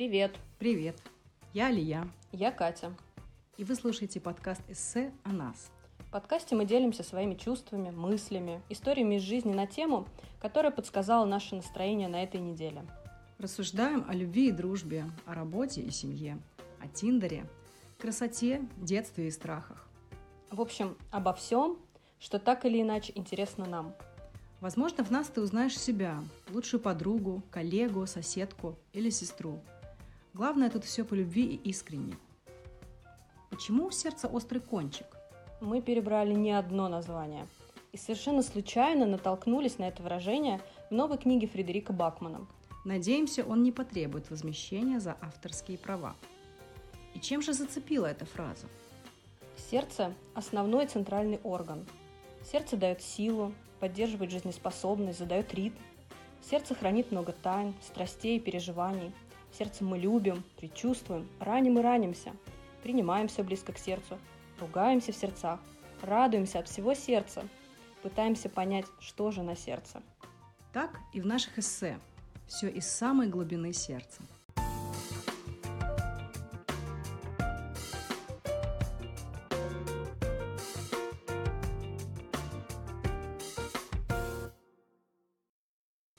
Привет! Привет! Я Алия. Я Катя. И вы слушаете подкаст «Эссе о нас». В подкасте мы делимся своими чувствами, мыслями, историями из жизни на тему, которая подсказала наше настроение на этой неделе. Рассуждаем о любви и дружбе, о работе и семье, о Тиндере, красоте, детстве и страхах. В общем, обо всем, что так или иначе интересно нам. Возможно, в нас ты узнаешь себя, лучшую подругу, коллегу, соседку или сестру. Главное, тут все по любви и искренне. Почему у сердца острый кончик? Мы перебрали не одно название и совершенно случайно натолкнулись на это выражение в новой книге Фредерика Бакмана. Надеемся, он не потребует возмещения за авторские права. И чем же зацепила эта фраза? Сердце – основной центральный орган. Сердце дает силу, поддерживает жизнеспособность, задает ритм. Сердце хранит много тайн, страстей и переживаний. В сердце мы любим, предчувствуем, раним и ранимся, принимаемся близко к сердцу, ругаемся в сердцах, радуемся от всего сердца, пытаемся понять, что же на сердце. Так и в наших эссе. Все из самой глубины сердца.